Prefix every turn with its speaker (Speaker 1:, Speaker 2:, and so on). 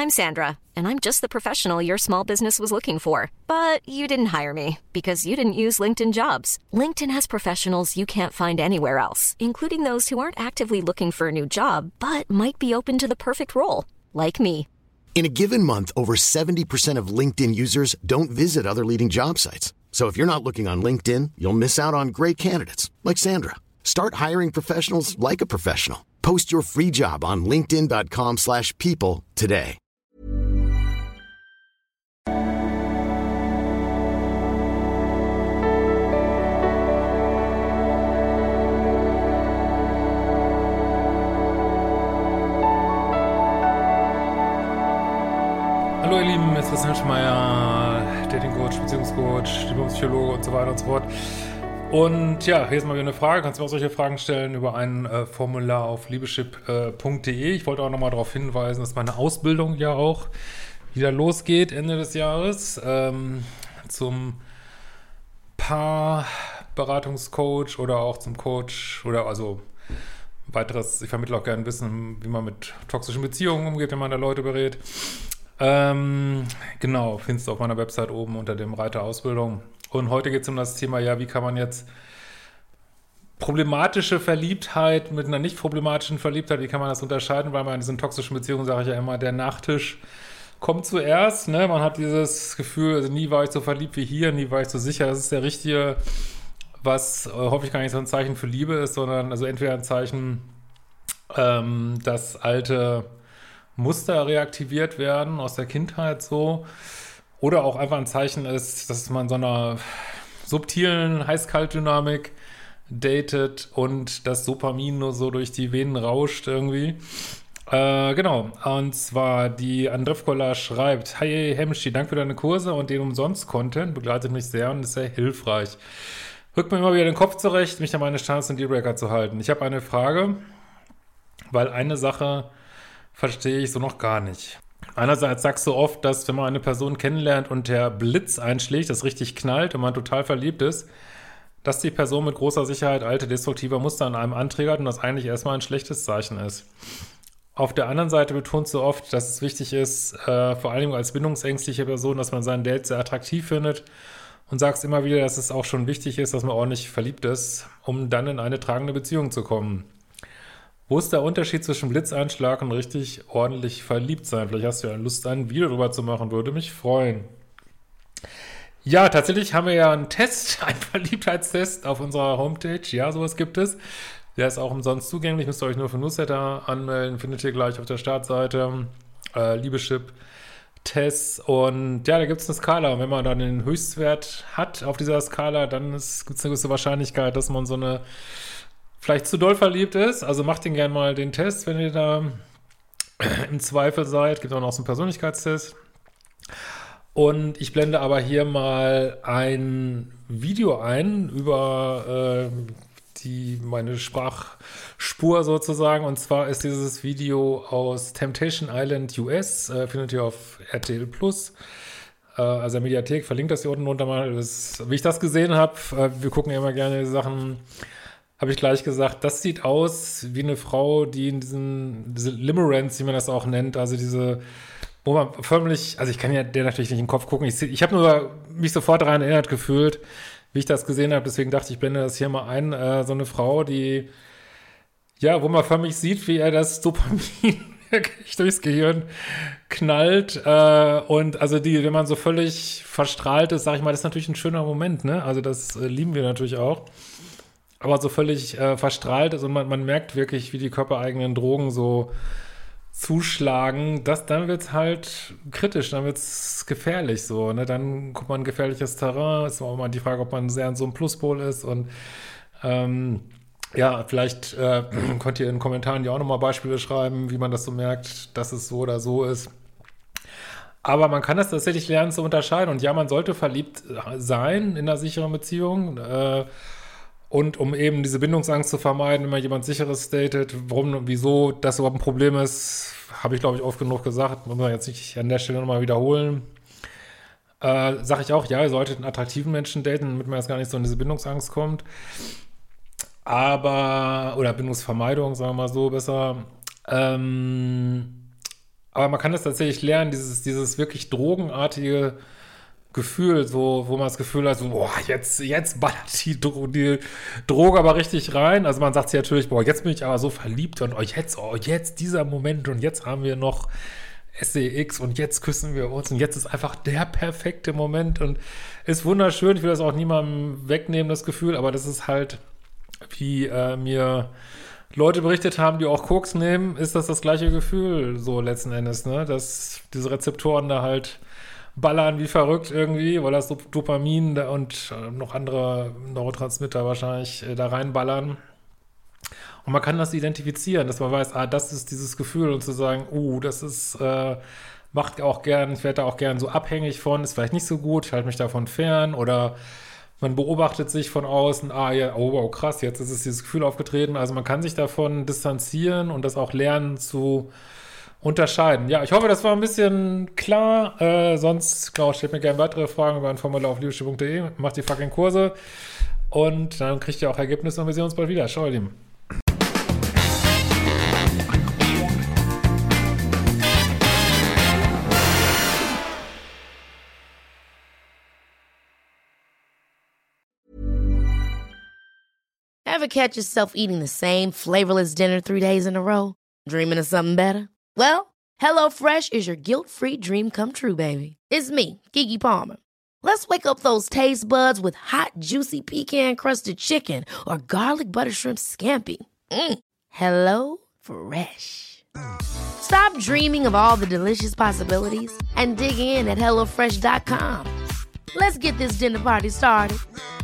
Speaker 1: I'm Sandra, and I'm just the professional your small business was looking for. But you didn't hire me because you didn't use LinkedIn Jobs. LinkedIn has professionals you can't find anywhere else, including those who aren't actively looking for a new job, but might be open to the perfect role, like me.
Speaker 2: In a given month, over 70% of LinkedIn users don't visit other leading job sites. So if you're not looking on LinkedIn, you'll miss out on great candidates like Sandra. Start hiring professionals like a professional. Post your free job on linkedin.com/people today.
Speaker 3: Hallo ihr Lieben, es ist Christian Schmeier, Dating-Coach, Beziehungscoach, Diplompsychologe und so weiter und so fort. Und ja, hier ist mal wieder eine Frage. Kannst du mir auch solche Fragen stellen über ein Formular auf liebeschip.de. Ich wollte auch nochmal darauf hinweisen, dass meine Ausbildung ja auch wieder losgeht Ende des Jahres zum Paarberatungscoach oder auch zum Coach oder also weiteres. Ich vermittle auch gerne Wissen, wie man mit toxischen Beziehungen umgeht, wenn man da Leute berät. Genau, findest du auf meiner Website oben unter dem Reiter Ausbildung. Und heute geht es um das Thema, ja, wie kann man jetzt problematische Verliebtheit mit einer nicht problematischen Verliebtheit, wie kann man das unterscheiden? Weil man in diesen toxischen Beziehungen, sage ich ja immer, der Nachtisch kommt zuerst. Ne? Man hat dieses Gefühl, also nie war ich so verliebt wie hier, nie war ich so sicher. Das ist der richtige, was häufig gar nicht so ein Zeichen für Liebe ist, sondern also entweder ein Zeichen, dass alte Muster reaktiviert werden aus der Kindheit so, oder auch einfach ein Zeichen ist, dass man so einer subtilen Heiß-Kalt-Dynamik datet und das Dopamin nur so durch die Venen rauscht irgendwie. Genau, und zwar die Andrevkola schreibt: Hi Hemschi, danke für deine Kurse und den Umsonst-Content, begleitet mich sehr und ist sehr hilfreich. Rückt mir immer wieder den Kopf zurecht, mich an meine Standards und Dealbreaker zu halten. Ich habe eine Frage, weil eine Sache verstehe ich so noch gar nicht. Einerseits sagst du oft, dass wenn man eine Person kennenlernt und der Blitz einschlägt, das richtig knallt und man total verliebt ist, dass die Person mit großer Sicherheit alte destruktive Muster an einem anträgert und das eigentlich erstmal ein schlechtes Zeichen ist. Auf der anderen Seite betonst du oft, dass es wichtig ist, vor allem als bindungsängstliche Person, dass man seinen Date sehr attraktiv findet und sagst immer wieder, dass es auch schon wichtig ist, dass man ordentlich verliebt ist, um dann in eine tragende Beziehung zu kommen. Wo ist der Unterschied zwischen Blitzeinschlag und richtig ordentlich verliebt sein? Vielleicht hast du ja Lust, ein Video darüber zu machen, würde mich freuen. Ja, tatsächlich haben wir ja einen Test, einen Verliebtheitstest auf unserer Homepage. Ja, sowas gibt es. Der ist auch umsonst zugänglich, müsst ihr euch nur für Newsletter anmelden, findet ihr gleich auf der Startseite. Liebeschip-Tests und ja, da gibt es eine Skala. Und wenn man dann den Höchstwert hat auf dieser Skala, dann gibt es eine gewisse Wahrscheinlichkeit, dass man so eine vielleicht zu doll verliebt ist. Also macht den gerne mal den Test, wenn ihr da im Zweifel seid. Gibt auch noch so einen Persönlichkeitstest. Und ich blende aber hier mal ein Video ein über meine Sprachspur sozusagen. Und zwar ist dieses Video aus Temptation Island US. Findet ihr auf RTL Plus. Also der Mediathek, verlinkt das hier unten drunter mal. Wie ich das gesehen habe, wir gucken ja immer gerne Sachen. Habe ich gleich gesagt, das sieht aus wie eine Frau, die in diese Limerence, wie man das auch nennt, also diese, wo man förmlich, also ich kann ja der natürlich nicht in den Kopf gucken, ich habe nur mich sofort daran erinnert gefühlt, wie ich das gesehen habe, deswegen dachte ich, blende das hier mal ein, so eine Frau, die, ja, wo man förmlich sieht, wie er das Dopamin wirklich durchs Gehirn knallt und also die, wenn man so völlig verstrahlt ist, sag ich mal, das ist natürlich ein schöner Moment, ne, also das lieben wir natürlich auch. Aber so völlig verstrahlt ist und man merkt wirklich, wie die körpereigenen Drogen so zuschlagen, dann wird's halt kritisch, dann wird's gefährlich so, ne? Dann kommt man in gefährliches Terrain, ist auch mal die Frage, ob man sehr in so einem Pluspol ist und ja, vielleicht könnt ihr in den Kommentaren ja auch nochmal Beispiele schreiben, wie man das so merkt, dass es so oder so ist. Aber man kann das tatsächlich lernen zu unterscheiden und ja, man sollte verliebt sein in einer sicheren Beziehung, und um eben diese Bindungsangst zu vermeiden, wenn man jemand Sicheres datet, warum und wieso das überhaupt ein Problem ist, habe ich, glaube ich, oft genug gesagt. Muss man jetzt nicht an der Stelle nochmal wiederholen. Sage ich auch, ja, ihr solltet einen attraktiven Menschen daten, damit man jetzt gar nicht so in diese Bindungsangst kommt. Aber, oder Bindungsvermeidung, sagen wir mal so besser. Aber man kann das tatsächlich lernen, dieses wirklich drogenartige Gefühl, so, wo man das Gefühl hat, so, boah, jetzt ballert die Droge aber richtig rein. Also man sagt sich natürlich, boah, jetzt bin ich aber so verliebt und jetzt dieser Moment und jetzt haben wir noch SEX und jetzt küssen wir uns und jetzt ist einfach der perfekte Moment und ist wunderschön. Ich will das auch niemandem wegnehmen, das Gefühl, aber das ist halt, wie mir Leute berichtet haben, die auch Koks nehmen, ist das gleiche Gefühl, so letzten Endes, ne? Dass diese Rezeptoren da halt ballern wie verrückt irgendwie, weil das Dopamin und noch andere Neurotransmitter wahrscheinlich da reinballern. Und man kann das identifizieren, dass man weiß, das ist dieses Gefühl und zu sagen, das ist, macht auch gern, ich werde da auch gern so abhängig von, ist vielleicht nicht so gut, ich halte mich davon fern oder man beobachtet sich von außen, ja, wow, krass, jetzt ist es dieses Gefühl aufgetreten. Also man kann sich davon distanzieren und das auch lernen zu unterscheiden. Ja, ich hoffe, das war ein bisschen klar. Sonst, genau, stellt mir gerne weitere Fragen über ein Formular auf liebeschiff.de. Macht die fucking Kurse und dann kriegt ihr auch Ergebnisse und wir sehen uns bald wieder. Ciao, ihr Lieben.
Speaker 4: Ever catch yourself eating the same flavorless dinner 3 days in a row? Dreaming of something better? Well, HelloFresh is your guilt-free dream come true, baby. It's me, Keke Palmer. Let's wake up those taste buds with hot, juicy pecan-crusted chicken or garlic butter shrimp scampi. Hello Fresh. Stop dreaming of all the delicious possibilities and dig in at HelloFresh.com. Let's get this dinner party started.